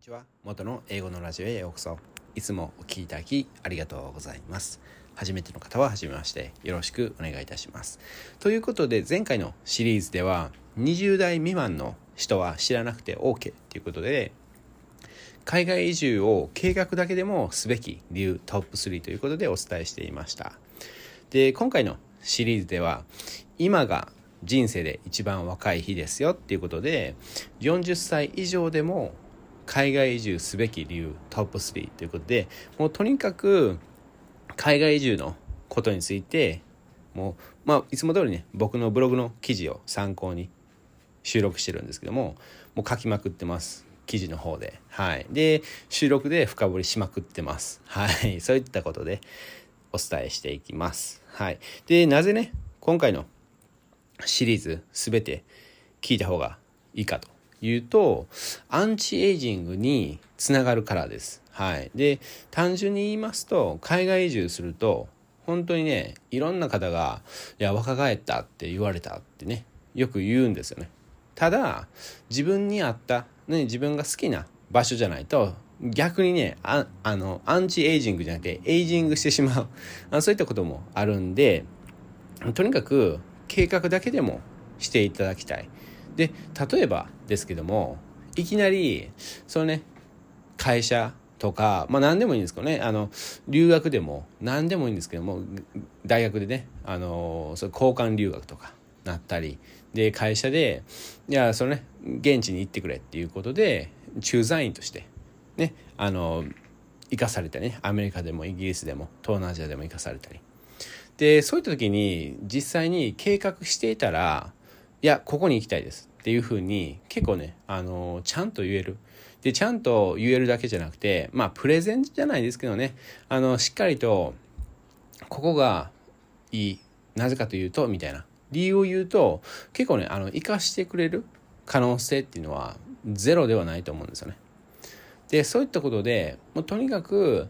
ちは。元の英語のラジオへようこそ。いつもお聞きいただきありがとうございます。初めての方は初めましてよろしくお願いいたします。ということで、前回のシリーズでは20代未満の人は知らなくて OK ということで、海外移住を計画だけでもすべき理由トップ3ということでお伝えしていました。で、今回のシリーズでは今が人生で一番若い日ですよっていうことで、40歳以上でも海外移住すべき理由トップ3ということで、もうとにかく海外移住のことについていつも通りね、僕のブログの記事を参考に収録してるんですけどもう書きまくってます、記事の方で。で、収録で深掘りしまくってます。そういったことでお伝えしていきます。で、なぜね今回のシリーズすべて聞いた方がいいかというと、アンチエイジングにつながるからです。で、単純に言いますと、海外移住すると本当にね、いろんな方が若返ったって言われたってね、よく言うんですよね。ただ自分に合った、自分が好きな場所じゃないと逆にね、アンチエイジングじゃなくてエイジングしてしまうそういったこともあるんで、とにかく計画だけでもしていただきたい。で、例えばですけども、いきなりそのね、会社とか何でもいいんですけどね、留学でも何でもいいんですけども、大学でね、その交換留学とかなったりで、会社でそのね、現地に行ってくれっていうことで駐在員としてね、生かされたね、アメリカでもイギリスでも東南アジアでも生かされたりで、そういった時に実際に計画していたら、ここに行きたいですっていうふうに結構ね、ちゃんと言える。で、ちゃんと言えるだけじゃなくて、プレゼンじゃないですけどね、しっかりとここがいい、なぜかというとみたいな理由を言うと、結構ね、生かしてくれる可能性っていうのはゼロではないと思うんですよね。で、そういったことでもうとにかく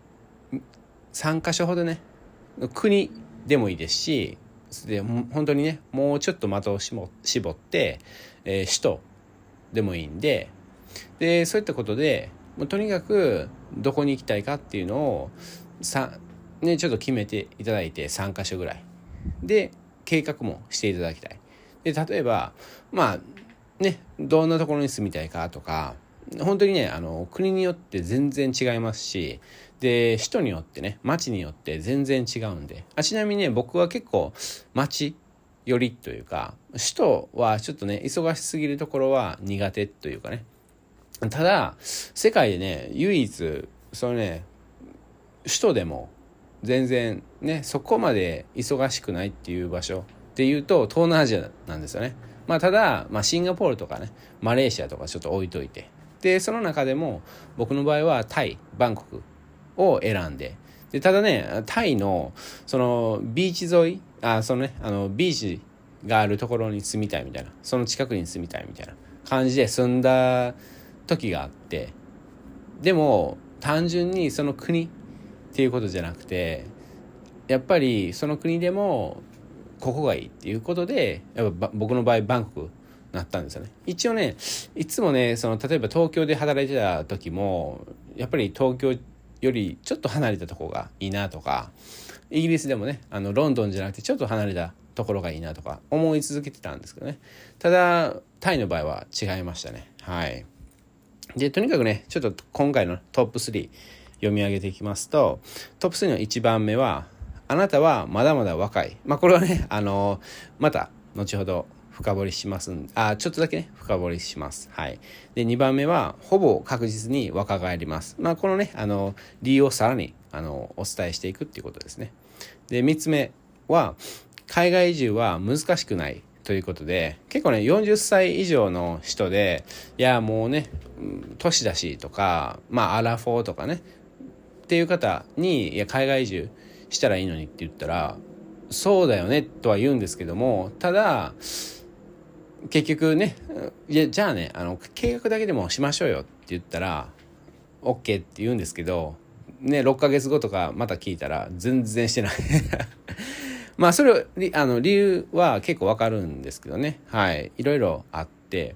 3カ所ほどね、国でもいいですし、で本当にね、もうちょっと的を絞って、首都でもいいんで、そういったことでもうとにかくどこに行きたいかっていうのをちょっと決めていただいて、3カ所ぐらいで計画もしていただきたい。で、例えばどんなところに住みたいかとか、本当にね、国によって全然違いますし、で、首都によってね、町によって全然違うんで、ちなみにね、僕は結構町寄りというか、首都はちょっとね、忙しすぎるところは苦手というかね。ただ世界でね、唯一そのね、首都でも全然ね、そこまで忙しくないっていう場所っていうと東南アジアなんですよね。ただ、シンガポールとかね、マレーシアとかちょっと置いといて、でその中でも僕の場合はタイ、バンコクを選んで、ただね、タイのそのビーチ沿い、ビーチがあるところに住みたいみたいな、その近くに住みたいみたいな感じで住んだ時があって、でも単純にその国っていうことじゃなくて、やっぱりその国でもここがいいっていうことで、やっぱ僕の場合バンコクなったんですよね。一応ね、いつもね、例えば東京で働いてた時もやっぱり東京よりちょっと離れたところがいいなとか、イギリスでもね、ロンドンじゃなくてちょっと離れたところがいいなとか思い続けてたんですけどね。ただタイの場合は違いましたね。で、とにかくね、ちょっと今回のトップ3読み上げていきますと、トップ3の1番目は、あなたはまだまだ若い。これはね、また後ほど深掘りしますちょっとだけね、深掘りします。で、2番目は、ほぼ確実に若返ります。このね、理由をさらにお伝えしていくっていうことですね。で、3つ目は、海外移住は難しくないということで、結構ね、40歳以上の人で、もうね、年だしとか、アラフォーとかねっていう方に、海外移住したらいいのにって言ったら、そうだよねとは言うんですけども、ただ結局ね、じゃあね、計画だけでもしましょうよって言ったら OK って言うんですけどね、6ヶ月後とかまた聞いたら全然してないそれ理由は結構わかるんですけどね。いろいろあって、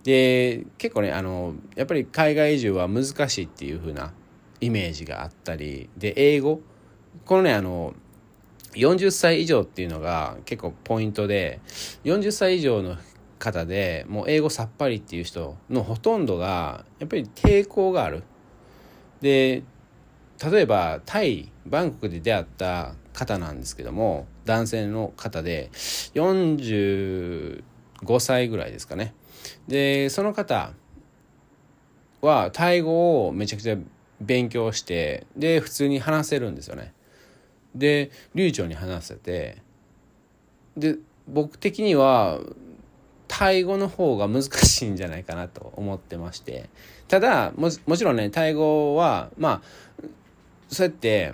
で結構ねやっぱり海外移住は難しいっていう風なイメージがあったりで、英語このね40歳以上っていうのが結構ポイントで、40歳以上の方でもう英語さっぱりっていう人のほとんどがやっぱり抵抗がある。で例えばタイバンコクで出会った方なんですけども、男性の方で45歳ぐらいですかね。でその方はタイ語をめちゃくちゃ勉強して、で普通に話せるんですよね。で流暢に話せて、で僕的にはタイ語の方が難しいんじゃないかなと思ってまして、ただもちろんねタイ語はそうやって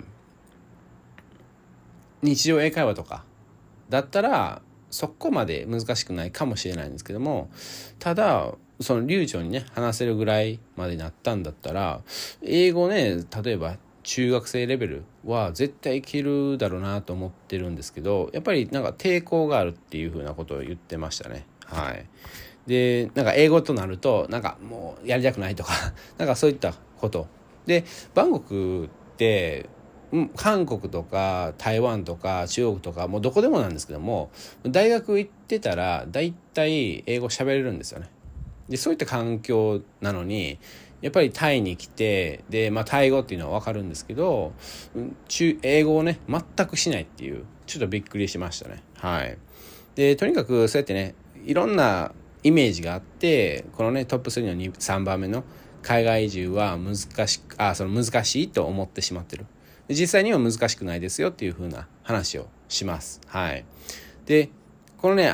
日常英会話とかだったらそこまで難しくないかもしれないんですけども、ただその流暢にね話せるぐらいまでなったんだったら、英語ね例えば中学生レベルは絶対いけるだろうなと思ってるんですけど、やっぱりなんか抵抗があるっていう風なことを言ってましたね。はい。でなんか英語となるとなんかもうやりたくないとかなんかそういったことで、バンコクって韓国とか台湾とか中国とかもうどこでもなんですけども、大学行ってたら大体英語喋れるんですよね。でそういった環境なのにやっぱりタイに来て、でタイ語っていうのは分かるんですけど英語をね全くしないっていう、ちょっとびっくりしましたね。はい。でとにかくそうやってねいろんなイメージがあって、このねトップ3の3番目の海外移住は難しいと思ってしまってる。実際には難しくないですよっていう風な話をします。はい。でこのね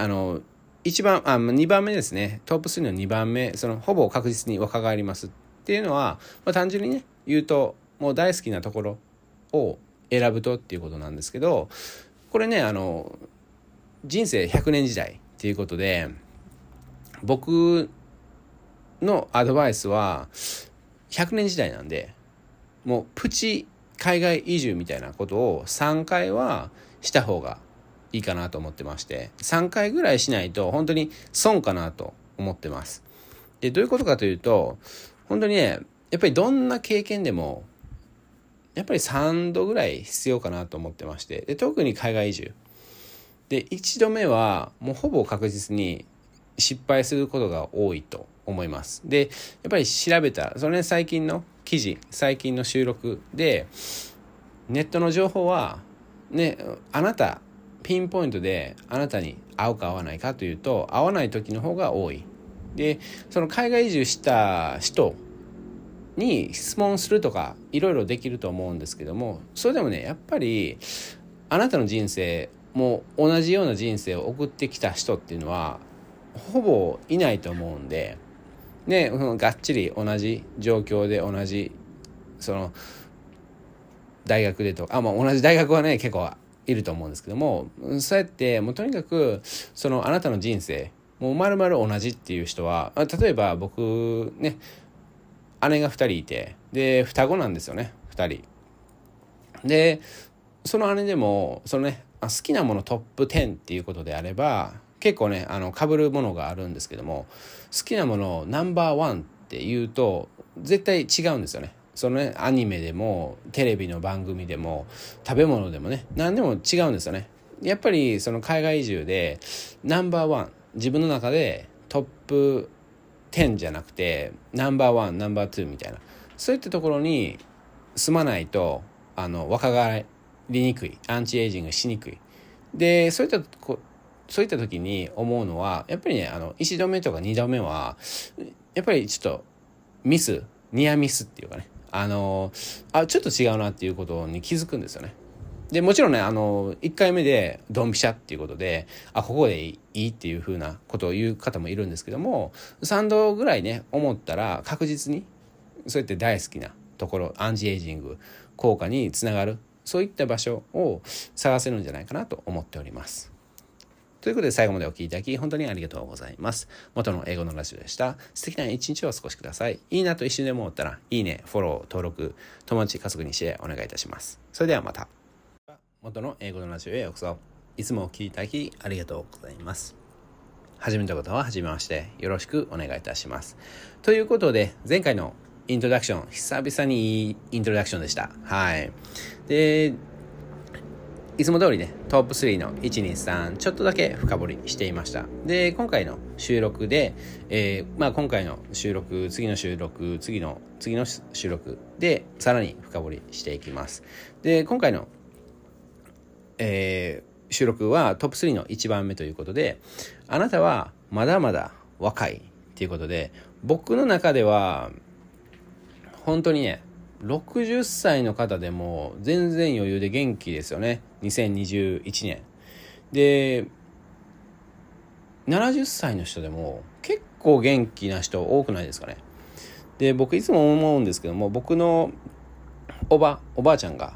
2番目ですね、トップ3の2番目、ほぼ確実に若返りますっていうのは、単純にね言うともう大好きなところを選ぶとっていうことなんですけど、これね人生100年時代っていうことで、僕のアドバイスは100年時代なんで、もうプチ海外移住みたいなことを3回はした方がいいかなと思ってまして、3回ぐらいしないと本当に損かなと思ってます。でどういうことかというと、本当にねやっぱりどんな経験でもやっぱり3度ぐらい必要かなと思ってまして、で特に海外移住で1度目はもうほぼ確実に失敗することが多いと思います。でやっぱり調べた最近の記事、最近の収録でネットの情報はね、あなたピンポイントであなたに合うか合わないかというと合わない時の方が多い。でその海外移住した人に質問するとかいろいろできると思うんですけども、それでもねやっぱりあなたの人生も同じような人生を送ってきた人っていうのはほぼいないと思うんでね、がっちり同じ状況で同じ大学でとか同じ大学はね結構いると思うんですけども、そうやってもうとにかくあなたの人生もう丸々同じっていう人は、例えば僕ね姉が2人いて、で双子なんですよね2人で、その姉でも好きなものトップ10っていうことであれば結構ね被るものがあるんですけども、好きなものをナンバーワンって言うと絶対違うんですよね。アニメでもテレビの番組でも食べ物でもね何でも違うんですよね。やっぱり海外移住でナンバーワン、自分の中でトップ10じゃなくてナンバーワンナンバーツーみたいな、そういったところに住まないと若返りにくい、アンチエイジングしにくい。でそういった時に思うのはやっぱりね1度目とか2度目はやっぱりちょっとニアミスっていうかねちょっと違うなっていうことに気づくんですよね。でもちろんね1回目でドンピシャっていうことでここでいいっていう風なことを言う方もいるんですけども、3度ぐらいね思ったら確実にそうやって大好きなところ、アンチエイジング効果につながる、そういった場所を探せるんじゃないかなと思っております。ということで最後までお聞きいただき本当にありがとうございます。元の英語のラジオでした。素敵な一日をお過ごしください。いいなと一瞬でも思ったらいいね、フォロー、登録、友達、家族にシェアお願いいたします。それではまた。元の英語のラジオへようこそ。いつもお聞きいただきありがとうございます。 始めた方は初めましてよろしくお願いいたします。ということで前回のイントロダクション、久々にいいイントロダクションでした。はい。で、いつも通りね、トップ3の1、2、3ちょっとだけ深掘りしていました。で、今回の収録で、今回の収録、次の収録、次の収録でさらに深掘りしていきます。で、今回の、収録はトップ3の1番目ということで、あなたはまだまだ若いっていうことで、僕の中では本当にね、60歳の方でも全然余裕で元気ですよね。2021年で、70歳の人でも結構元気な人多くないですかね。で、僕いつも思うんですけども、僕のおばあちゃんが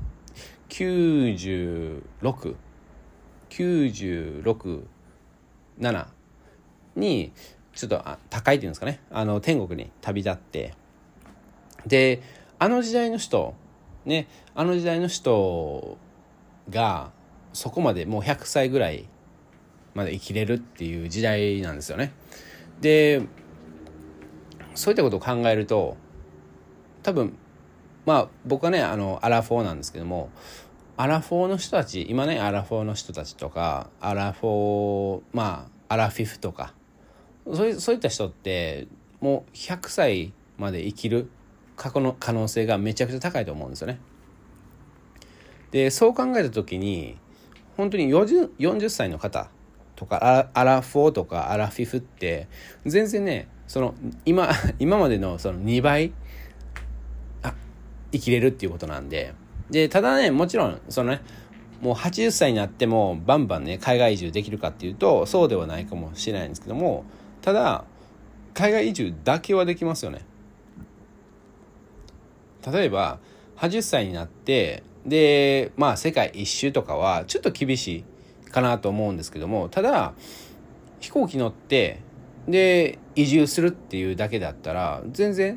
96、7にちょっと高いっていうんですかね、天国に旅立って、で、あの時代の人がそこまでもう100歳ぐらいまで生きれるっていう時代なんですよね。で、そういったことを考えると、多分僕はねアラフォーなんですけども、アラフォーの人たち、今ねアラフォーの人たちとかアラフィフとかそういった人ってもう100歳まで生きる可能性がめちゃくちゃ高いと思うんですよね。で、そう考えた時に本当に40歳の方とかアラフォーとかアラフィフって全然ね、その今までのその2倍生きれるっていうことなんで、ただね、もちろんそのね、もう80歳になってもバンバンね海外移住できるかっていうとそうではないかもしれないんですけども、ただ海外移住だけはできますよね。例えば80歳になってで、世界一周とかはちょっと厳しいかなと思うんですけども、ただ飛行機乗ってで移住するっていうだけだったら全然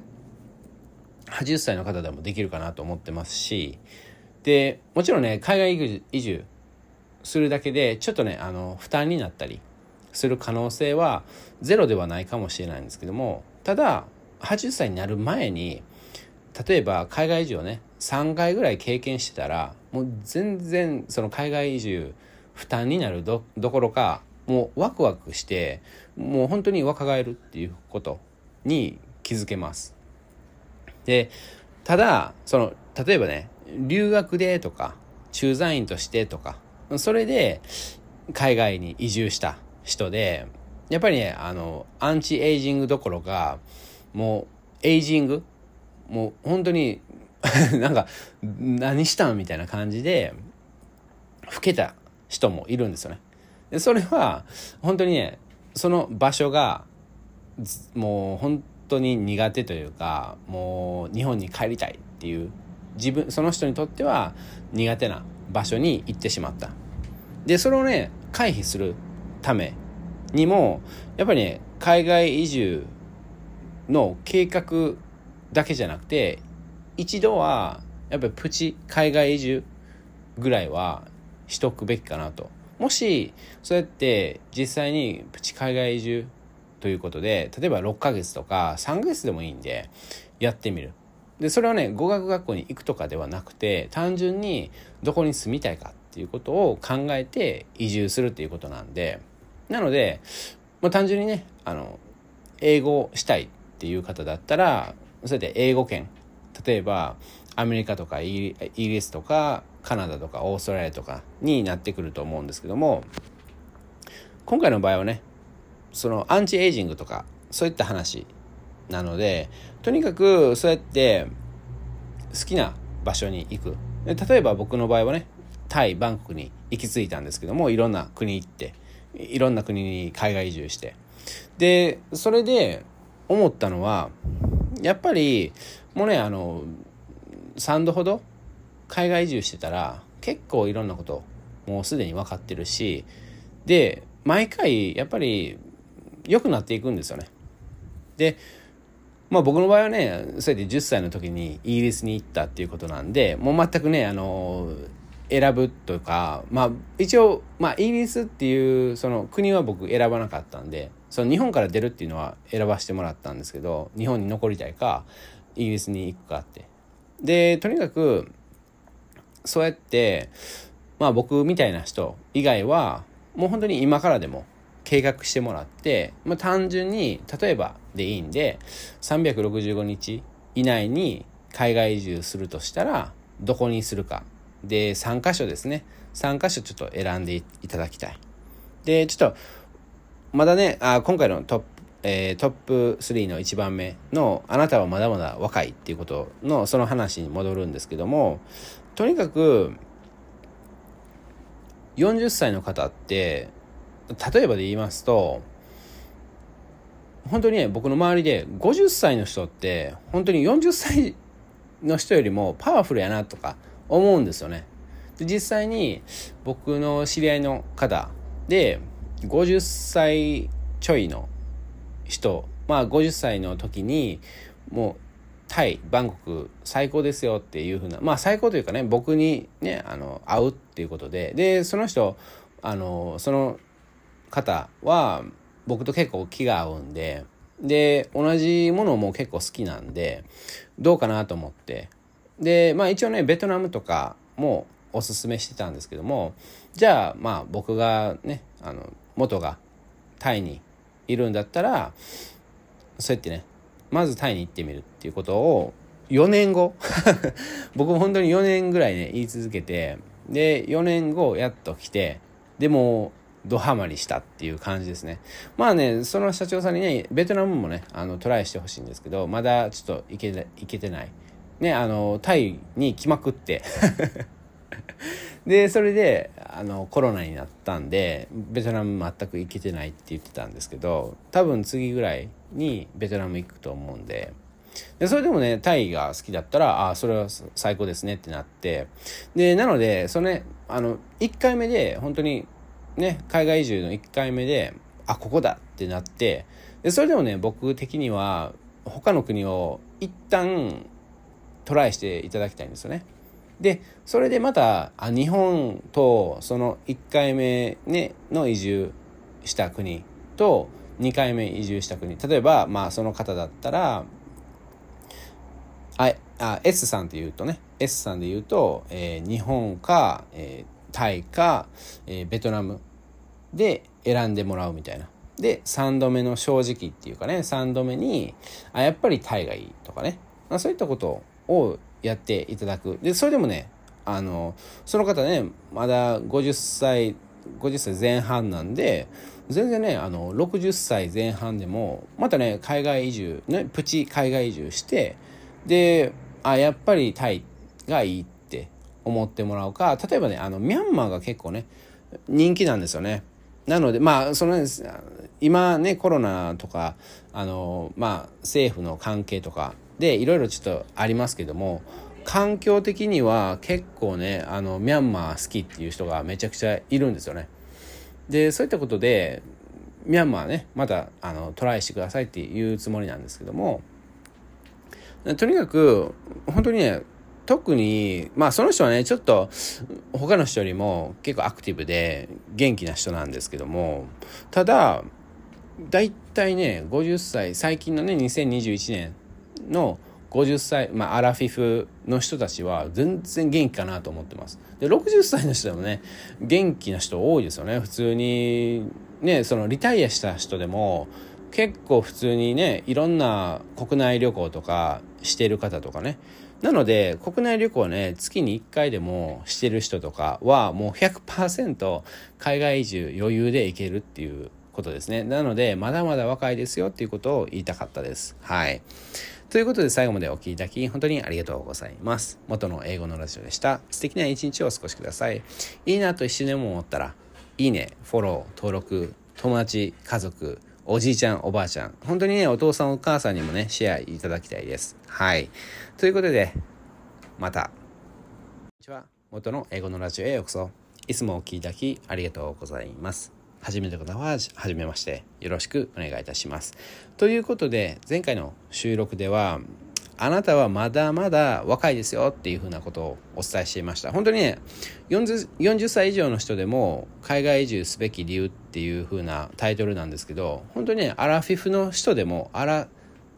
80歳の方でもできるかなと思ってますし、でもちろんね海外移住するだけでちょっとね負担になったりする可能性はゼロではないかもしれないんですけども、ただ80歳になる前に例えば海外移住をね3回ぐらい経験してたら、もう全然その海外移住負担になるどころか、もうワクワクしてもう本当に若返るっていうことに気づけます。で、ただ例えばね留学でとか駐在員としてとかそれで海外に移住した人で、やっぱりねアンチエイジングどころかもうエイジング、もう本当になんか何したんみたいな感じで老けた人もいるんですよね。で、それは本当にねその場所がもう本当に苦手というか、もう日本に帰りたいっていうその人にとっては苦手な場所に行ってしまった。で、それをね回避するためにもやっぱりね海外移住の計画だけじゃなくて、一度はやっぱりプチ海外移住ぐらいはしとくべきかなと。もしそうやって実際にプチ海外移住ということで、例えば6ヶ月とか3ヶ月でもいいんでやってみる。で、それはね語学学校に行くとかではなくて、単純にどこに住みたいかっていうことを考えて移住するっていうことなんで、なので、単純にね英語をしたいっていう方だったら、そうやって英語圏、例えばアメリカとかイギリスとかカナダとかオーストラリアとかになってくると思うんですけども、今回の場合はねそのアンチエイジングとかそういった話なので、とにかくそうやって好きな場所に行く。例えば僕の場合はねタイ・バンコクに行き着いたんですけども、いろんな国行っていろんな国に海外移住して、でそれで思ったのはやっぱりもうね3度ほど海外移住してたら結構いろんなこともうすでに分かってるし、で毎回やっぱり良くなっていくんですよね。で、僕の場合はねそうやって10歳の時にイギリスに行ったっていうことなんで、もう全くね選ぶとか、一応、イギリスっていうその国は僕選ばなかったんで、その日本から出るっていうのは選ばせてもらったんですけど、日本に残りたいかイギリスに行くかって。でとにかくそうやって僕みたいな人以外はもう本当に今からでも計画してもらって、単純に例えばでいいんで365日以内に海外移住するとしたらどこにするかで3カ所ですね。3カ所ちょっと選んでいただきたい。でちょっとまだね今回のトップ3の1番目のあなたはまだまだ若いっていうことのその話に戻るんですけども、とにかく40歳の方って例えばで言いますと本当にね僕の周りで50歳の人って本当に40歳の人よりもパワフルやなとか思うんですよね。で実際に僕の知り合いの方で50歳ちょいの人、50歳の時にもうタイバンコク最高ですよっていう風な最高というかね僕にね会うっていうことでその人その方は僕と結構気が合うんで同じものも結構好きなんでどうかなと思ってで一応ねベトナムとかもおすすめしてたんですけども、じゃあ僕がね元がタイにいるんだったらそうやってねまずタイに行ってみるっていうことを4年後僕も本当に4年ぐらいね言い続けてで4年後やっと来てでもドハマりしたっていう感じですね。その社長さんにねベトナムもねトライしてほしいんですけどまだちょっと行けてないねタイに来まくってでそれでコロナになったんでベトナム全く行けてないって言ってたんですけど多分次ぐらいにベトナム行くと思うんでそれでもねタイが好きだったらそれは最高ですねってなってでなのでそのね1回目で本当にね海外移住の1回目でここだってなってでそれでもね僕的には他の国を一旦トライしていただきたいんですよね。でそれでまた日本とその1回目、ね、の移住した国と2回目移住した国例えばその方だったらS さんで言うとね S さんで言うと、日本か、タイか、ベトナムで選んでもらうみたいなで3度目の正直っていうかね3度目にやっぱりタイがいいとかね、そういったことをやっていただく。でそれでもねその方ねまだ50歳前半なんで全然ね60歳前半でもまたね海外移住ねプチ海外移住してでやっぱりタイがいいって思ってもらうか例えばねミャンマーが結構ね人気なんですよね。なのでその今ねコロナとか政府の関係とかでいろいろちょっとありますけども環境的には結構ねミャンマー好きっていう人がめちゃくちゃいるんですよね。でそういったことでミャンマーねまたトライしてくださいっていうつもりなんですけどもとにかく本当にね特にその人はねちょっと他の人よりも結構アクティブで元気な人なんですけどもただだいたいね50歳最近のね2021年の50歳アラフィフの人たちは全然元気かなと思ってます。で60歳の人でもね元気な人多いですよね。普通にねそのリタイアした人でも結構普通にねいろんな国内旅行とかしてる方とかねなので国内旅行ね月に1回でもしてる人とかはもう 100% 海外移住余裕で行けるっていうことですね。なのでまだまだ若いですよっていうことを言いたかったです。はいということで最後までお聞きいただき本当にありがとうございます。元の英語のラジオでした。素敵な一日をお過ごしください。いいなと一瞬でも思ったらいいねフォロー登録友達家族おじいちゃんおばあちゃん本当にねお父さんお母さんにもねシェアいただきたいです。はいということでまたこんにちは元の英語のラジオへようこそ。いつもお聞きいただきありがとうございます。初めての方は初めましてよろしくお願いいたします。ということで前回の収録ではあなたはまだまだ若いですよっていうふうなことをお伝えしていました。本当にね、40歳以上の人でも海外移住すべき理由っていうふうなタイトルなんですけど、本当にね、アラフィフの人でもアラ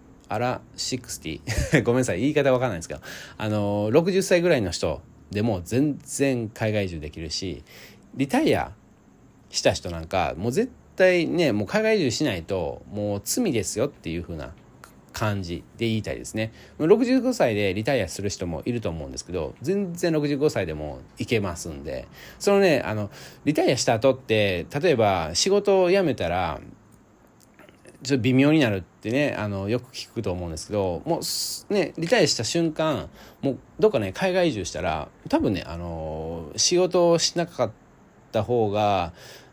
60 ごめんなさい、言い方わかんないんですけど、60歳ぐらいの人でも全然海外移住できるし、リタイアした人なんかもう絶対ね、もう海外移住しないともう罪ですよっていう風な感じで言いたいですね。65歳でリタイアする人もいると思うんですけど、全然65歳でもいけますんで、そのね、リタイアした後って例えば仕事を辞めたらちょっと微妙になるってね、よく聞くと思うんですけど、もうね、リタイアした瞬間、もうどっかね、海外移住したら多分ね、仕事をしなかった方が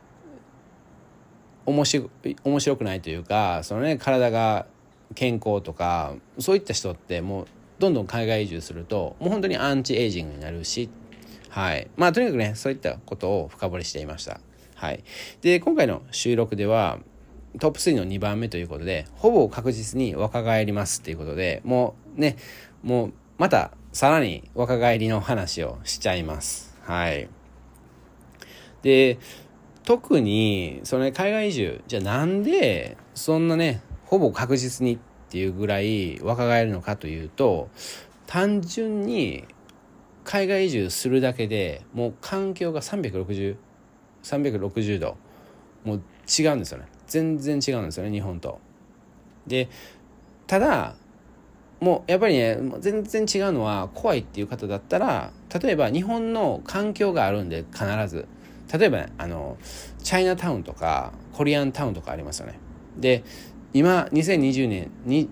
面白くないというか、そのね、体が健康とかそういった人ってもうどんどん海外移住するともう本当にアンチエイジングになるし、はい、まあとにかくね、そういったことを深掘りしていました。はい、で今回の収録ではトップ3の2番目ということで、ほぼ確実に若返りますっていうことで、もうまたさらに若返りの話をしちゃいます。はい。で特にその、ね、海外移住じゃあなんでそんなねほぼ確実にっていうぐらい若返るのかというと、単純に海外移住するだけでもう環境が360度もう違うんですよね。全然違うんですよね、日本と。でただもうやっぱりね、全然違うのは怖いっていう方だったら、例えば日本の環境があるんで、必ず例えば、ね、チャイナタウンとかコリアンタウンとかありますよね。で今2020年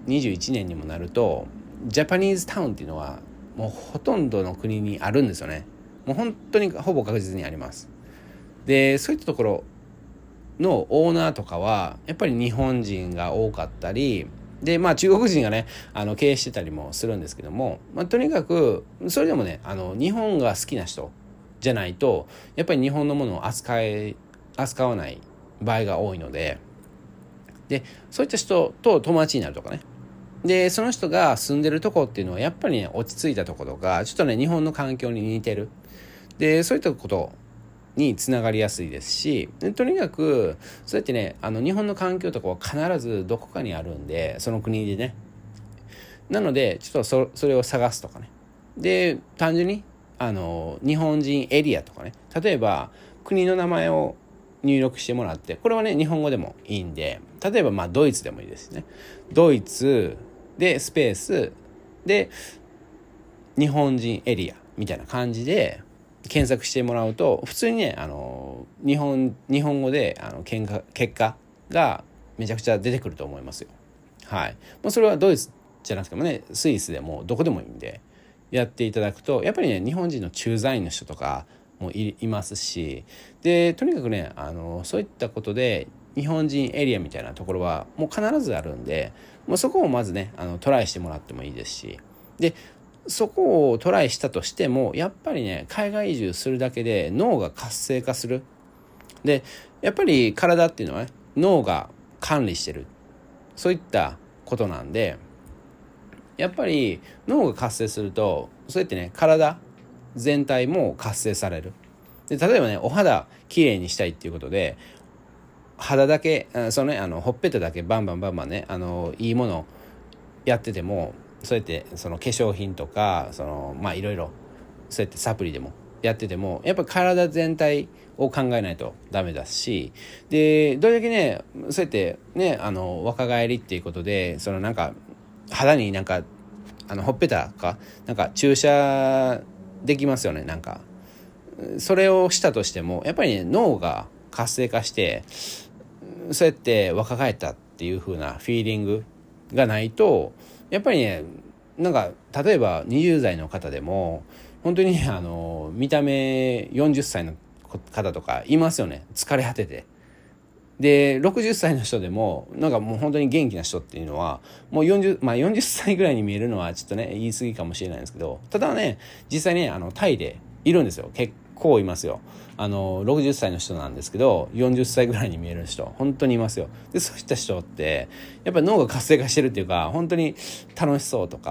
21年にもなるとジャパニーズタウンっていうのはもうほとんどの国にあるんですよね。もう本当にほぼ確実にあります。でそういったところのオーナーとかはやっぱり日本人が多かったりで、まあ中国人がね経営してたりもするんですけども、とにかくそれでもね日本が好きな人じゃないとやっぱり日本のものを扱わない場合が多いので、そういった人と友達になるとかね。でその人が住んでるとこっていうのはやっぱりね落ち着いたところがちょっとね日本の環境に似てる。でそういったことにつながりやすいですし、とにかくそうやってね日本の環境とかは必ずどこかにあるんで、その国でね。なのでちょっとそれを探すとかね。で単純に日本人エリアとかね、例えば国の名前を入力してもらって、これはね日本語でもいいんで、例えばドイツでもいいですね。ドイツでスペースで日本人エリアみたいな感じで検索してもらうと、普通にね日本語で結果がめちゃくちゃ出てくると思いますよ。はい。もうそれはドイツじゃなくてもね、スイスでもどこでもいいんでやっていただくと、やっぱりね日本人の駐在員の人とかも いますし、でとにかくねそういったことで日本人エリアみたいなところはもう必ずあるんで、もうそこをまずねトライしてもらってもいいですし、でそこをトライしたとしてもやっぱりね海外移住するだけで脳が活性化する。でやっぱり体っていうのはね脳が管理してる、そういったことなんで、やっぱり脳が活性するとそうやってね体全体も活性される。で例えばねお肌きれいにしたいっていうことで肌だけほっぺただけバンバンねいいものやってても、そうやってその化粧品とかいろいろそうやってサプリでもやっててもやっぱ体全体を考えないとダメだし、でどれだけねそうやってね若返りっていうことで肌にほっぺたか注射できますよね。それをしたとしてもやっぱりね脳が活性化してそうやって若返ったっていう風なフィーリングがないと、やっぱりね例えば20代の方でも本当にね見た目40歳の方とかいますよね。疲れ果てて。で60歳の人でももう本当に元気な人っていうのはもう40歳ぐらいに見えるのはちょっとね言い過ぎかもしれないんですけど、ただね実際ねタイでいるんですよ。結構いますよ。60歳の人なんですけど40歳ぐらいに見える人本当にいますよ。でそういった人ってやっぱり脳が活性化してるっていうか、本当に楽しそうとか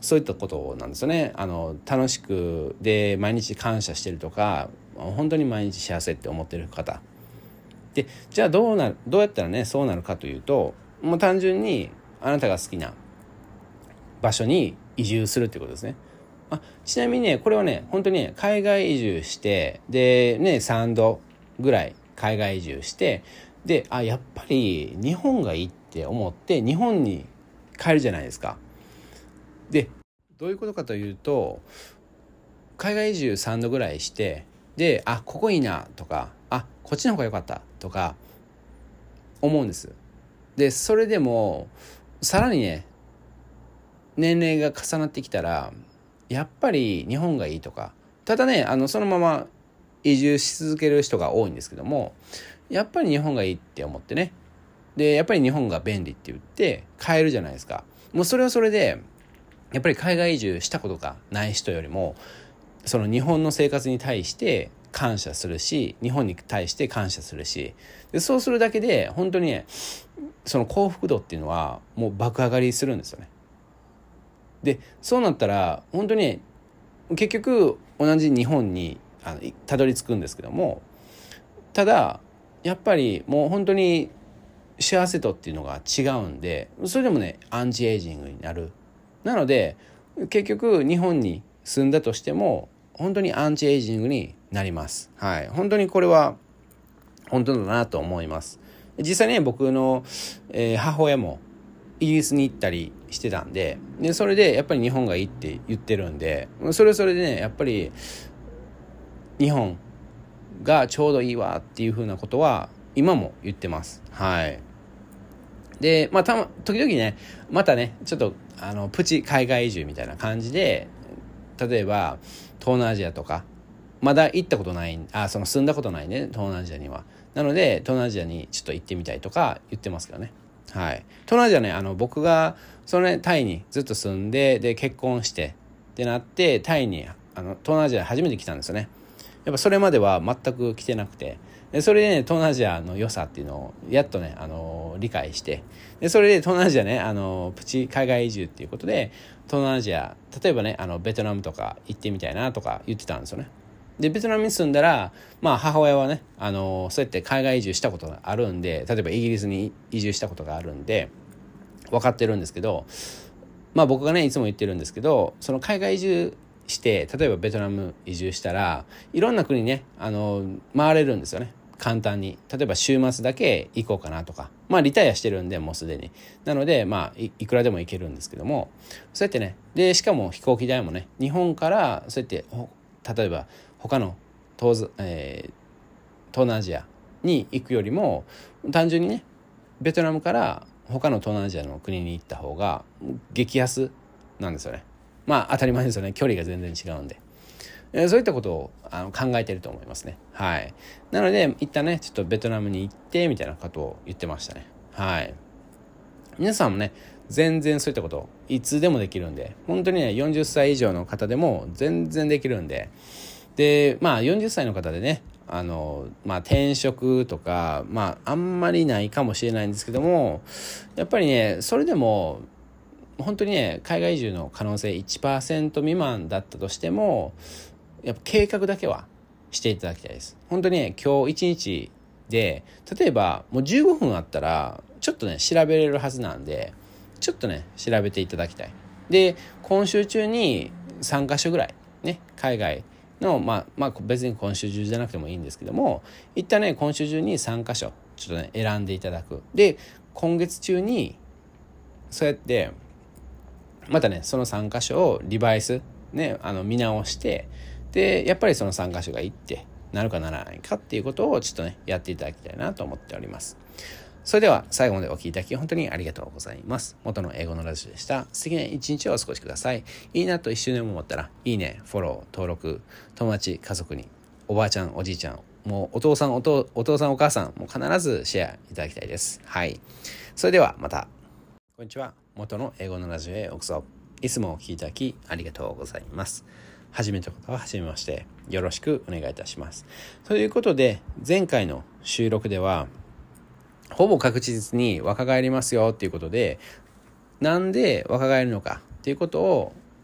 そういったことなんですよね。楽しくで毎日感謝してるとか、本当に毎日幸せって思ってる方で、じゃあどうやったらねそうなるかというと、もう単純にあなたが好きな場所に移住するってことですね。ちなみにね、これはね本当にね海外移住してでね3度ぐらい海外移住してでやっぱり日本がいいって思って日本に帰るじゃないですか。でどういうことかというと、海外移住3度ぐらいしてでここいいなとかこっちの方が良かったとか思うんです。でそれでもさらにね年齢が重なってきたらやっぱり日本がいいとか、ただねそのまま移住し続ける人が多いんですけども、やっぱり日本がいいって思ってね、でやっぱり日本が便利って言って帰るじゃないですか。もうそれはそれでやっぱり海外移住したことがない人よりもその日本の生活に対して感謝するし、日本に対して感謝するし、でそうするだけで本当にねその幸福度っていうのはもう爆上がりするんですよね。でそうなったら本当に結局同じ日本にたどり着くんですけども、ただやっぱりもう本当に幸せ度っていうのが違うんで、それでもねアンチエイジングになる。なので結局日本に住んだとしても本当にアンチエイジングになります。はい、本当にこれは本当だなと思います。実際ね僕の、母親もイギリスに行ったりしてたんで、それでやっぱり日本がいいって言ってるんで、それでねやっぱり日本がちょうどいいわっていうふうなことは今も言ってます。はい。で時々ねまたねちょっとプチ海外移住みたいな感じで、例えば東南アジアとかまだ行ったことないその住んだことないね東南アジアには。なので東南アジアにちょっと行ってみたいとか言ってますけどね。はい。東南アジアね僕がタイにずっと住んでで結婚してってなってタイに東南アジア初めて来たんですよね。やっぱそれまでは全く来てなくて、でそれでね東南アジアの良さっていうのをやっとね理解して、でそれで東南アジアねプチ海外移住っていうことで東南アジア例えばねベトナムとか行ってみたいなとか言ってたんですよね。でベトナムに住んだら母親はねそうやって海外移住したことがあるんで、例えばイギリスに移住したことがあるんで分かってるんですけど、僕がねいつも言ってるんですけど、その海外移住して例えばベトナム移住したらいろんな国ね回れるんですよね、簡単に。例えば週末だけ行こうかなとか、リタイアしてるんでもうすでになのでいくらでも行けるんですけども、そうやってねでしかも飛行機代もね日本からそうやって例えば他の東南アジアに行くよりも単純にねベトナムから他の東南アジアの国に行った方が激安なんですよね。当たり前ですよね、距離が全然違うんで。そういったことを考えてると思いますね。はい。なので一旦ねちょっとベトナムに行ってみたいなことを言ってましたね。はい。皆さんもね全然そういったこといつでもできるんで、本当にね40歳以上の方でも全然できるんで、で40歳の方でね転職とかあんまりないかもしれないんですけども、やっぱりねそれでも本当にね海外移住の可能性 1% 未満だったとしてもやっぱ計画だけはしていただきたいです。本当にね今日1日で例えばもう15分あったらちょっとね調べれるはずなんで、ちょっとね調べていただきたい。で今週中に3カ所ぐらいね海外の別に今週中じゃなくてもいいんですけども、一旦ね今週中に3カ所ちょっとね選んでいただく。で今月中にそうやってまたねその3カ所をリバイスね見直して、でやっぱりその3カ所がいいってなるかならないかっていうことをちょっとねやっていただきたいなと思っております。それでは最後までお聞きいただき本当にありがとうございます。元の英語のラジオでした。素敵な一日をお過ごしください。いいなと一瞬でも思ったらいいね、フォロー、登録、友達、家族に、おばあちゃん、おじいちゃん、もうお父さんお母さんも必ずシェアいただきたいです。はい。それではまた。こんにちは。元の英語のラジオへようこそ。いつもお聞きいただきありがとうございます。初めての方は初めまして、よろしくお願いいたします。ということで前回の収録ではほぼ確実に若返りますよっていうことで、なんで若返るのかっていうことを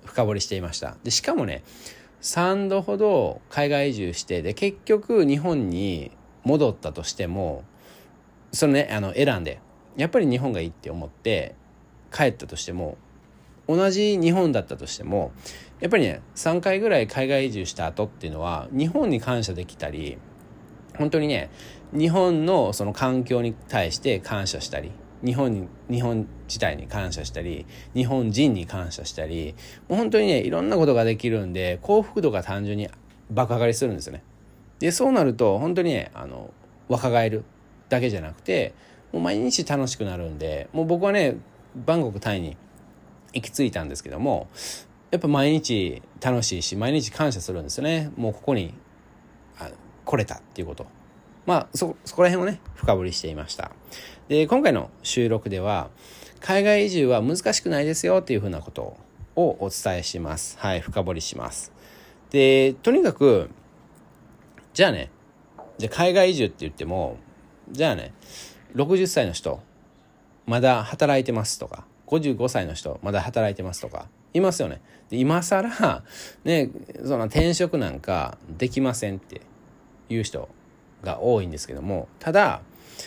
深掘りしていました。でしかもね3度ほど海外移住して、で結局日本に戻ったとしてもそのね選んでやっぱり日本がいいって思って帰ったとしても、同じ日本だったとしてもやっぱりね3回ぐらい海外移住した後っていうのは日本に感謝できたり、本当にね日本のその環境に対して感謝したり、日本自体に感謝したり、日本人に感謝したり、もう本当にねいろんなことができるんで、幸福度が単純に爆上がりするんですよね。でそうなると本当にね若返るだけじゃなくて、もう毎日楽しくなるんで、もう僕はねバンコクタイに行き着いたんですけども、やっぱ毎日楽しいし毎日感謝するんですよね。もうここに来れたっていうこと、そこら辺をね深掘りしていました。で今回の収録では海外移住は難しくないですよっていうふうなことをお伝えします。はい、深掘りします。でとにかくじゃあ海外移住って言っても、じゃあね60歳の人まだ働いてますとか、55歳の人まだ働いてますとかいますよね。で今更ねその転職なんかできませんっていう人が多いんですけども、ただ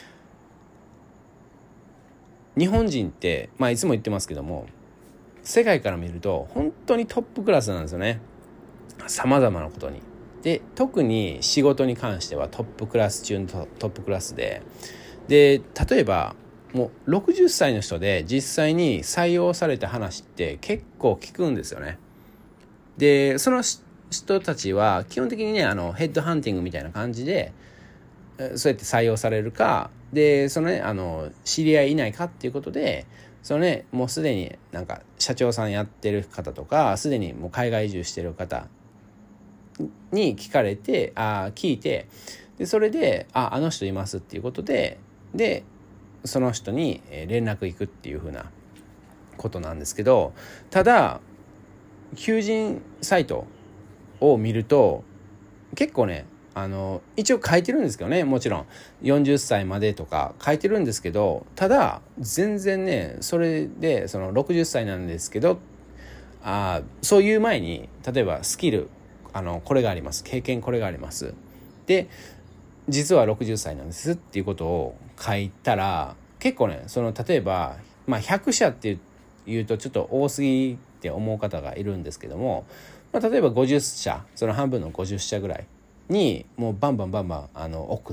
日本人っていつも言ってますけども、世界から見ると本当にトップクラスなんですよね、さまざまなことに。で特に仕事に関してはトップクラス中のトップクラスで、例えばもう60歳の人で実際に採用された話って結構聞くんですよね。でその人たちは基本的にねヘッドハンティングみたいな感じでそうやって採用されるかで、そのね知り合いいないかっていうことで、そのねもうすでになんか社長さんやってる方とか、すでにもう海外移住してる方に聞いて、でそれであの人いますっていうことでその人に連絡行くっていう風なことなんですけど、ただ求人サイトを見ると結構ね一応書いてるんですけどね、もちろん40歳までとか書いてるんですけど、ただ全然ねそれでその60歳なんですけどそういう前に例えばスキルこれがあります、経験これがありますで実は60歳なんですっていうことを書いたら、結構ね例えば100社っていうとちょっと多すぎって思う方がいるんですけども、例えば50社、その半分の50社ぐらいにもうバンバン送って、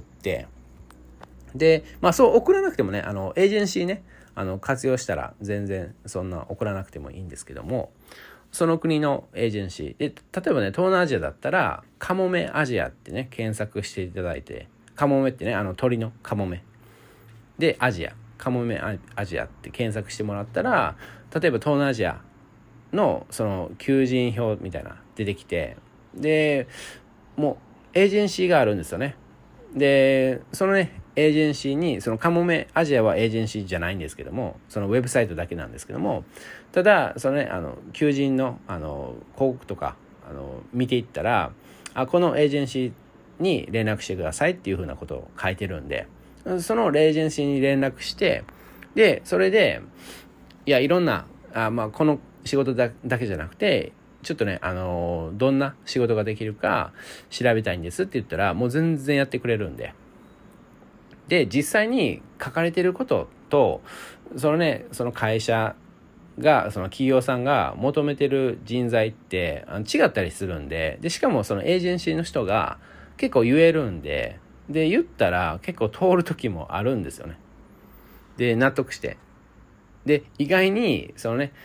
でそう送らなくてもねエージェンシーね活用したら全然そんな送らなくてもいいんですけども、その国のエージェンシーで、例えばね東南アジアだったらカモメアジアってね検索していただいて、カモメってね鳥のカモメでカモメアジアって検索してもらったら、例えば東南アジアのその求人票みたいな出てきて、でもうエージェンシーがあるんですよね。でそのねエージェンシーに、そのカモメアジアはエージェンシーじゃないんですけども、そのウェブサイトだけなんですけども、ただそのね求人の広告とか見ていったら、このエージェンシーに連絡してくださいっていうふうなことを書いてるんで、そのエージェンシーに連絡して、でそれでいろんなこの仕事だけじゃなくてちょっとねどんな仕事ができるか調べたいんですって言ったら、もう全然やってくれるんで、実際に書かれてることとその会社が、その企業さんが求めてる人材って違ったりするんで、しかもそのエージェンシーの人が結構言えるんで、言ったら結構通る時もあるんですよね。で納得して、意外にそのね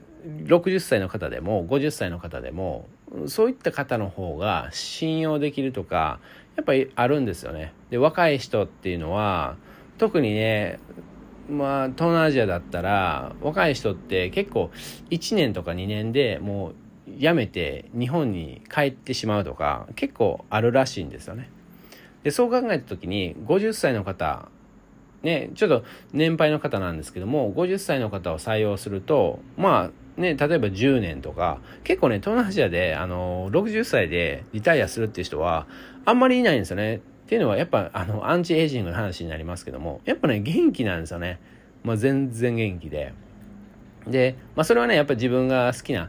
60歳の方でも50歳の方でもそういった方の方が信用できるとかやっぱりあるんですよね。で若い人っていうのは特にね東南アジアだったら若い人って結構1年とか2年でもう辞めて日本に帰ってしまうとか結構あるらしいんですよね。でそう考えた時に50歳の方ね、ちょっと年配の方なんですけども、50歳の方を採用すると例えば10年とか、結構ね東南アジアで60歳でリタイアするっていう人はあんまりいないんですよね。っていうのはやっぱアンチエイジングの話になりますけども、やっぱね元気なんですよね。全然元気で、それはねやっぱり自分が好きな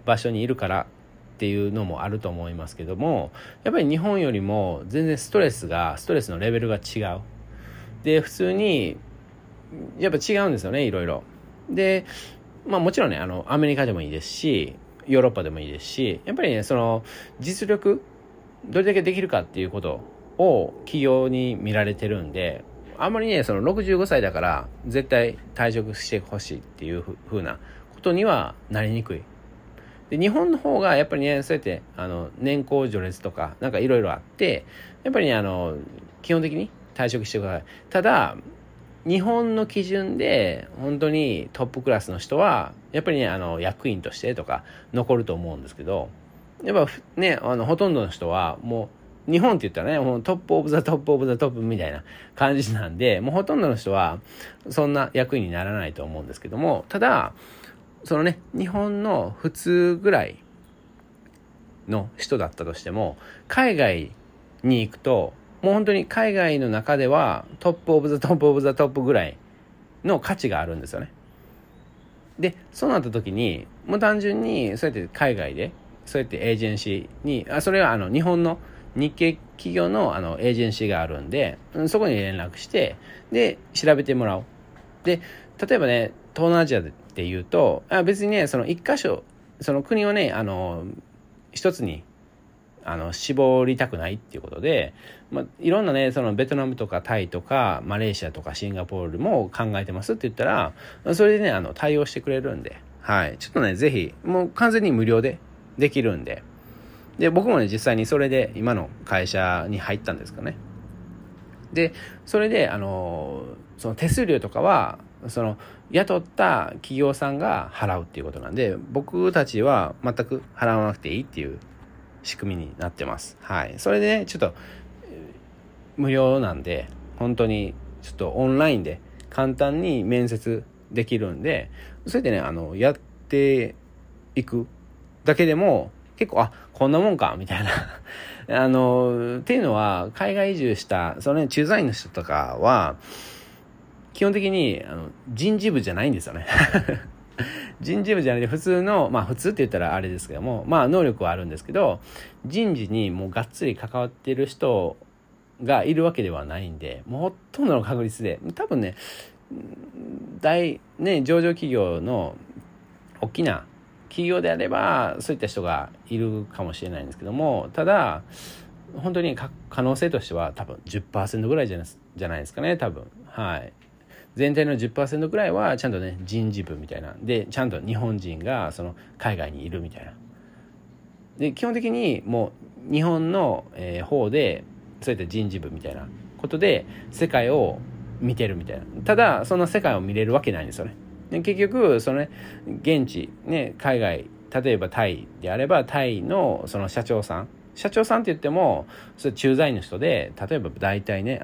場所にいるからっていうのもあると思いますけども、やっぱり日本よりも全然ストレスのレベルが違う。で普通にやっぱ違うんですよね、いろいろ。でもちろんねアメリカでもいいですしヨーロッパでもいいですし、やっぱりねその実力どれだけできるかっていうことを企業に見られてるんで、あんまりねその65歳だから絶対退職してほしいっていう風なことにはなりにくい。で日本の方がやっぱりねそうやって年功序列とかなんかいろいろあって、やっぱりね基本的に退職してください。ただ日本の基準で本当にトップクラスの人はやっぱりね役員としてとか残ると思うんですけど、やっぱねほとんどの人はもう日本って言ったらねもうトップオブザトップオブザトップみたいな感じなんで、もうほとんどの人はそんな役員にならないと思うんですけども、ただそのね日本の普通ぐらいの人だったとしても海外に行くともう本当に海外の中ではトップオブザトップオブザトップぐらいの価値があるんですよね。でそうなった時にもう単純にそうやって海外でそうやってエージェンシーにそれは日本の日系企業のエージェンシーがあるんで、そこに連絡してで調べてもらおう。で例えばね東南アジアで言うと別にねその一箇所その国をね一つに絞りたくないっていうことで、いろんなねそのベトナムとかタイとかマレーシアとかシンガポールも考えてますって言ったらそれでね対応してくれるんで、ちょっとねぜひもう完全に無料でできるんで、僕もね実際にそれで今の会社に入ったんですかね。でそれでその手数料とかはその雇った企業さんが払うっていうことなんで、僕たちは全く払わなくていいっていう仕組みになってます。それでねちょっと無料なんで本当にちょっとオンラインで簡単に面接できるんで、それでねやっていくだけでも結構こんなもんかみたいなっていうのは海外移住したその、駐在員の人とかは基本的に人事部じゃないんですよね人事部じゃなくて普通の普通って言ったらあれですけども能力はあるんですけど、人事にもうがっつり関わっている人がいるわけではないんで、もうほとんどの確率で多分ね上場企業の大きな企業であればそういった人がいるかもしれないんですけども、ただ本当に可能性としては多分 10% ぐらいじゃないですかね多分。全体の 10% ぐらいはちゃんとね人事部みたいなでちゃんと日本人がその海外にいるみたいなで、基本的にもう日本の方でそういった人事部みたいなことで世界を見てるみたいな。ただその世界を見れるわけないんですよね。で結局そのね現地ね海外、例えばタイであればタイのその社長さんって言ってもそれ駐在の人で、例えば大体ね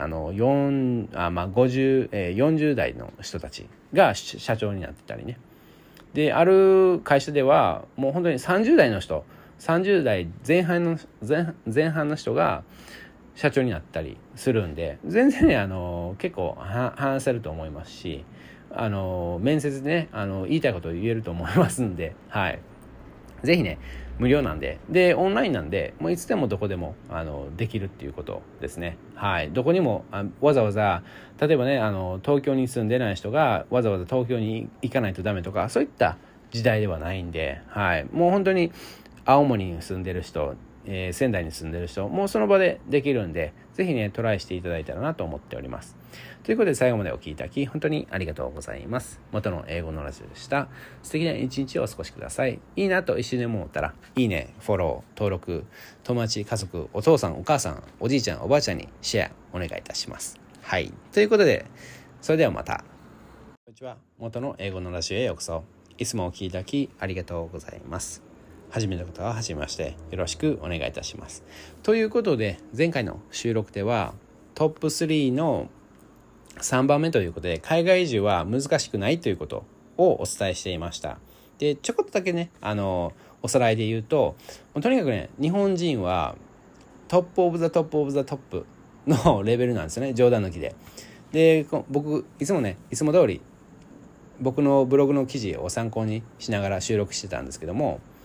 40代の人たちが社長になってたりね。である会社ではもう本当に30代前半の人が社長になったりするんで、全然ね結構話せると思いますし、面接でね言いたいことを言えると思いますんで、ぜひね無料なんでオンラインなんでもういつでもどこでもできるっていうことですね。どこにもわざわざ例えばね東京に住んでない人がわざわざ東京に行かないとダメとかそういった時代ではないんで、もう本当に青森に住んでる人、仙台に住んでる人もうその場でできるんで、ぜひねトライしていただいたらなと思っております。ということで最後までお聞きいただき本当にありがとうございます。元の英語のラジオでした。素敵な一日をお過ごしください。いいなと一瞬で思ったらいいね、フォロー、登録、友達、家族、お父さん、お母さん、おじいちゃん、おばあちゃんにシェアお願いいたします。ということでそれではまた。こんにちは。元の英語のラジオへようこそ。いつもお聞きいただきありがとうございます。初めての方は初めましてよろしくお願いいたします。ということで前回の収録ではトップ3の3番目ということで海外移住は難しくないということをお伝えしていました。でちょこっとだけねおさらいで言うと、とにかくね日本人はトップオブザトップオブザトップのレベルなんですよね、冗談抜きで。で僕いつも通り僕のブログの記事を参考にしながら収録してたんですけども、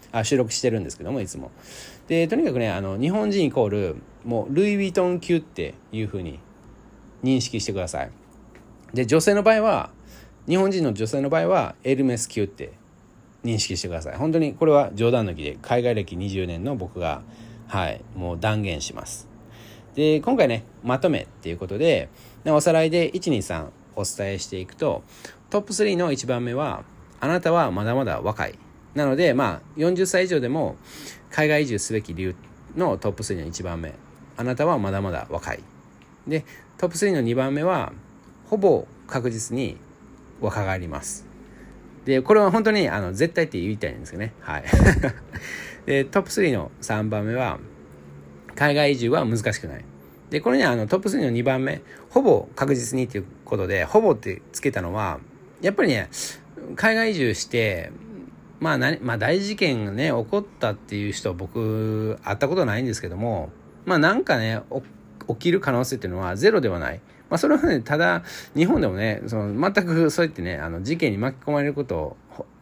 収録してるんですけども、いつも。でとにかくね日本人イコールもうルイ・ヴィトン級っていう風に認識してください。で女性の場合は日本人の女性の場合はエルメス級って認識してください。本当にこれは冗談抜きで海外歴20年の僕がもう断言します。で今回ねまとめっていうことでおさらいで123お伝えしていくと、トップ3の1番目はあなたはまだまだ若いなので、40歳以上でも海外移住すべき理由のトップ3の1番目、あなたはまだまだ若いで、トップ3の2番目はほぼ確実に若返ります。でこれは本当に絶対って言いたいんですけどね、でトップ3の3番目は海外移住は難しくない。でこれねトップ3の2番目ほぼ確実にということで、ほぼってつけたのはやっぱりね海外移住して大事件がね起こったっていう人は僕会ったことないんですけども、なんかね起きる可能性っていうのはゼロではない。それはね、ただ日本でもね全くそうやってね事件に巻き込まれることを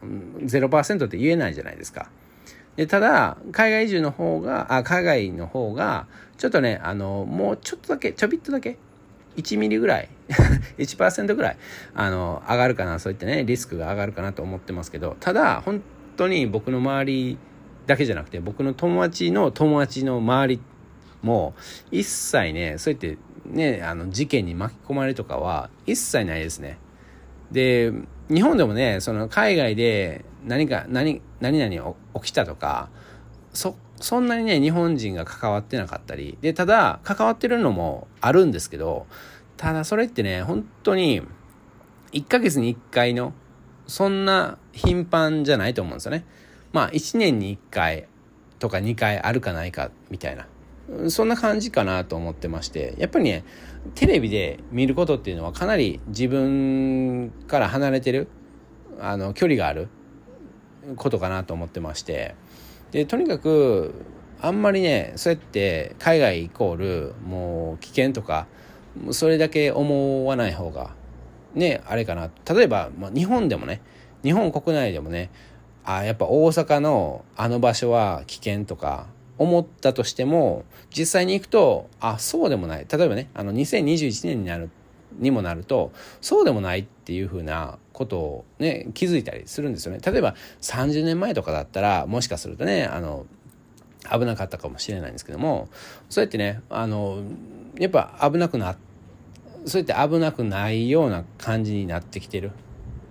0% って言えないじゃないですか。でただ海外移住の方が海外の方がちょっとねもうちょっとだけちょびっとだけ1ミリぐらい1% ぐらい上がるかな、そういったねリスクが上がるかなと思ってますけど、ただ本当に僕の周りだけじゃなくて僕の友達の友達の周りも一切ねそうやってね事件に巻き込まれるとかは一切ないですね。で日本でもねその海外で何々起きたとかそんなにね日本人が関わってなかったりで、ただ関わってるのもあるんですけど、ただそれってね本当に1ヶ月に1回のそんな頻繁じゃないと思うんですよね。1年に1回とか2回あるかないかみたいな、そんな感じかなと思ってまして、やっぱりねテレビで見ることっていうのはかなり自分から離れてる距離があることかなと思ってまして、でとにかくあんまりねそうやって海外イコールもう危険とかそれだけ思わない方がねあれかな。例えば、日本でもね日本国内でもねやっぱ大阪のあの場所は危険とか思ったとしても実際に行くとそうでもない。例えばね2021年にもなるとそうでもないっていう風なことをね気づいたりするんですよね。例えば30年前とかだったらもしかするとね危なかったかもしれないんですけども、そうやってねやっぱそうやって危なくないような感じになってきてる。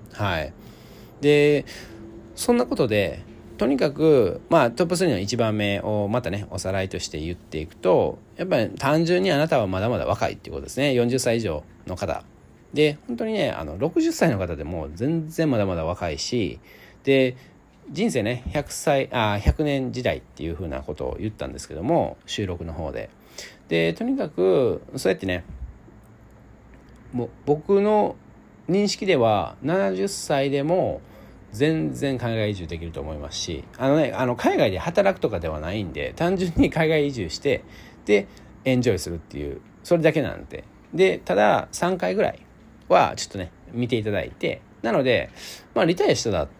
でそんなことでとにかくトップ3の1番目をまたねおさらいとして言っていくと、やっぱり単純にあなたはまだまだ若いっていうことですね。40歳以上の方で本当にね60歳の方でも全然まだまだ若いし、で人生ね100年時代っていう風なことを言ったんですけども収録の方でとにかくそうやってねもう僕の認識では70歳でも全然海外移住できると思いますし、海外で働くとかではないんで、単純に海外移住してでエンジョイするっていうそれだけなんで、ただ3回ぐらいはちょっとね見ていただいて、なのでリタイア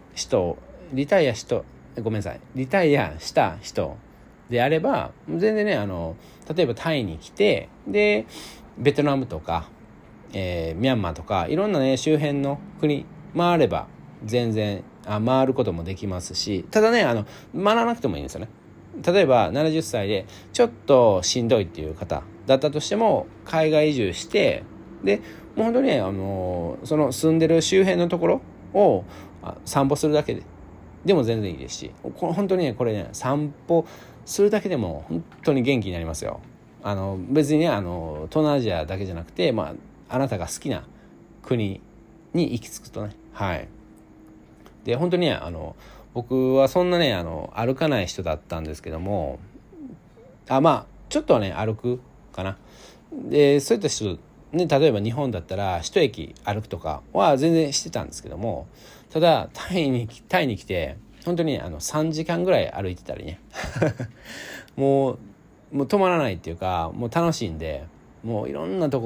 した人であれば全然ね例えばタイに来てでベトナムとか、ミャンマーとかいろんなね周辺の国回れば全然回ることもできますし、ただね回らなくてもいいんですよね。例えば70歳でちょっとしんどいっていう方だったとしても海外移住してでもう本当にねその住んでる周辺のところを散歩するだけでも全然いいですし、本当にねこれね散歩するだけでも本当に元気になりますよ。別にね東南アジアだけじゃなくてあなたが好きな国に行き着くとねで本当にね僕はそんなね歩かない人だったんですけどもちょっとはね歩くかな。でそういった人ね、例えば日本だったら一駅歩くとかは全然してたんですけども、ただタイに来て本当に3時間ぐらい歩いてたりねもう止まらないっていうかもう楽しいんで、もういろんな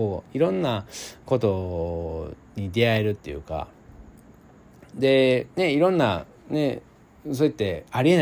ことに出会えるっていうかでねいろんなねそうやってありえない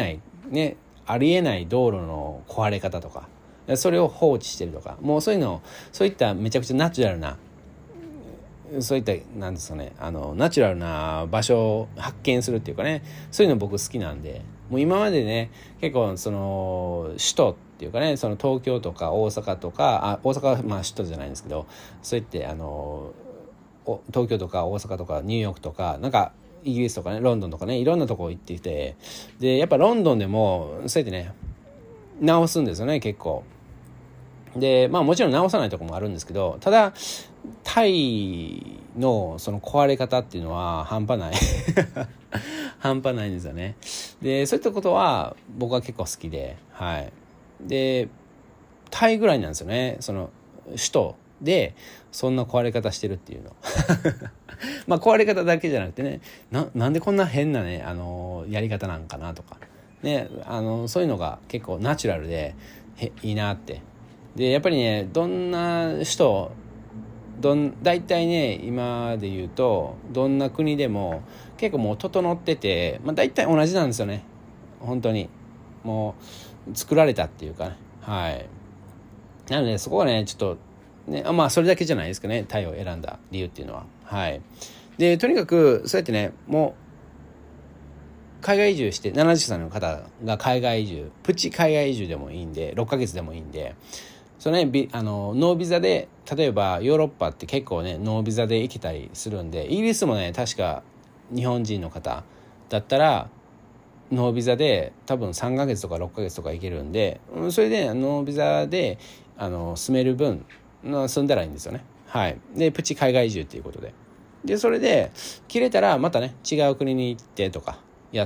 ね、ありえない道路の壊れ方とか、それを放置してるとか、もうそういっためちゃくちゃナチュラルな、そういったなんですかね、ナチュラルな場所を発見するっていうかね、そういうの僕好きなんで、もう今までね、結構その首都っていうかね、その東京とか大阪とか、大阪はまあ首都じゃないんですけど、そういって東京とか大阪とかニューヨークとか、なんかイギリスとかね、ロンドンとかね、いろんなとこ行ってきて、でやっぱロンドンでもそうやってね直すんですよね、結構。でまあもちろん直さないとこもあるんですけど、ただタイのその壊れ方っていうのは半端ない半端ないんですよね。でそういったことは僕は結構好きで、はい。でタイぐらいなんですよね、その首都でそんな壊れ方してるっていうのまあ壊れ方だけじゃなくてね、なんでこんな変なねやり方なんかなとかね、そういうのが結構ナチュラルでいいなって。でやっぱりね、どんな人大体ね、今で言うとどんな国でも結構もう整ってて、まあ、大体同じなんですよね、本当に。もう作られたっていうかね、はい。なのでそこはねちょっとね、まあそれだけじゃないですかね、タイを選んだ理由っていうのは。はい。でとにかくそうやってね、もう海外移住して70歳の方が海外移住、プチ海外移住でもいいんで、6ヶ月でもいいんで、そのね、ノービザで、例えばヨーロッパって結構ねノービザで行けたりするんで、イギリスもね確か日本人の方だったらノービザで多分3ヶ月とか6ヶ月とか行けるんで、それでノービザで住める分住んだらいいんですよね。はい。でプチ海外移住っていうことでそれで切れたらまたね違う国に行ってとかやって、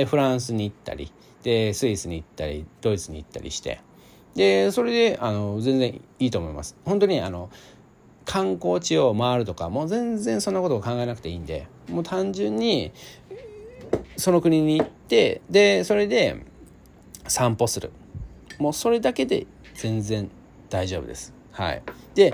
フランスに行ったりでスイスに行ったりドイツに行ったりして、でそれで全然いいと思います。本当に観光地を回るとかもう全然そんなことを考えなくていいんで、もう単純にその国に行って、でそれで散歩する、もうそれだけで全然大丈夫です。はい。で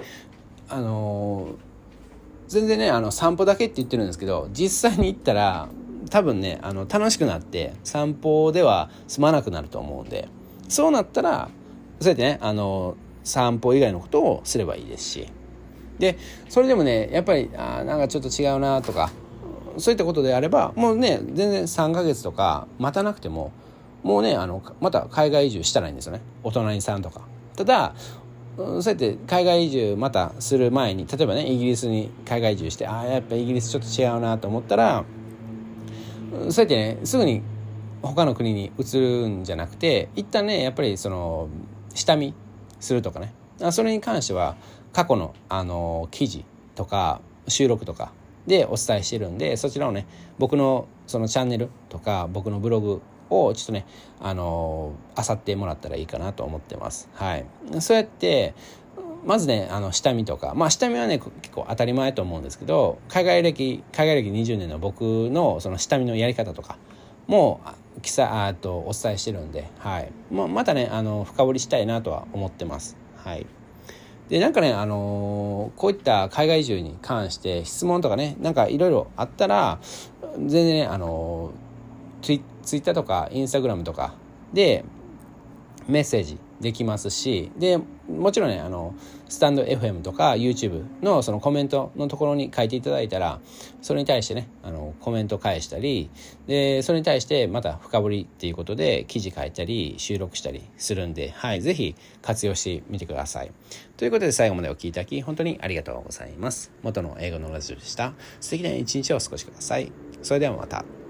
全然ね散歩だけって言ってるんですけど、実際に行ったら多分ね楽しくなって散歩では済まなくなると思うんで、そうなったらそうやってね散歩以外のことをすればいいですし、でそれでもねやっぱりなんかちょっと違うなとか、そういったことであればもうね全然3ヶ月とか待たなくても、もうねまた海外移住したらいいんですよね、お隣さんとか。ただそうやって海外移住またする前に、例えばねイギリスに海外移住して、やっぱイギリスちょっと違うなと思ったら、そうやってねすぐに他の国に移るんじゃなくて、一旦ねやっぱりその下見するとかね、それに関しては過去の記事とか収録とかでお伝えしてるんで、そちらをね僕のそのチャンネルとか僕のブログをちょっとね漁ってもらったらいいかなと思ってます。はい。そうやってまずね下見とか、下見はね結構当たり前と思うんですけど、海外歴20年の僕のその下見のやり方とかもお伝えしてるんで、はい。またね深掘りしたいなとは思ってます。はい。でなんかねこういった海外移住に関して質問とかね、なんかいろいろあったら全然ねツイッターとかインスタグラムとかでメッセージできますし、でもちろんねスタンド FM とか YouTube のそのコメントのところに書いていただいたら、それに対してねコメント返したり、でそれに対してまた深掘りっていうことで記事書いたり収録したりするんで、はい、ぜひ活用してみてください。ということで最後までお聞きいただき本当にありがとうございます。元の英語のラジオでした。素敵な一日をお過ごしください。それではまた。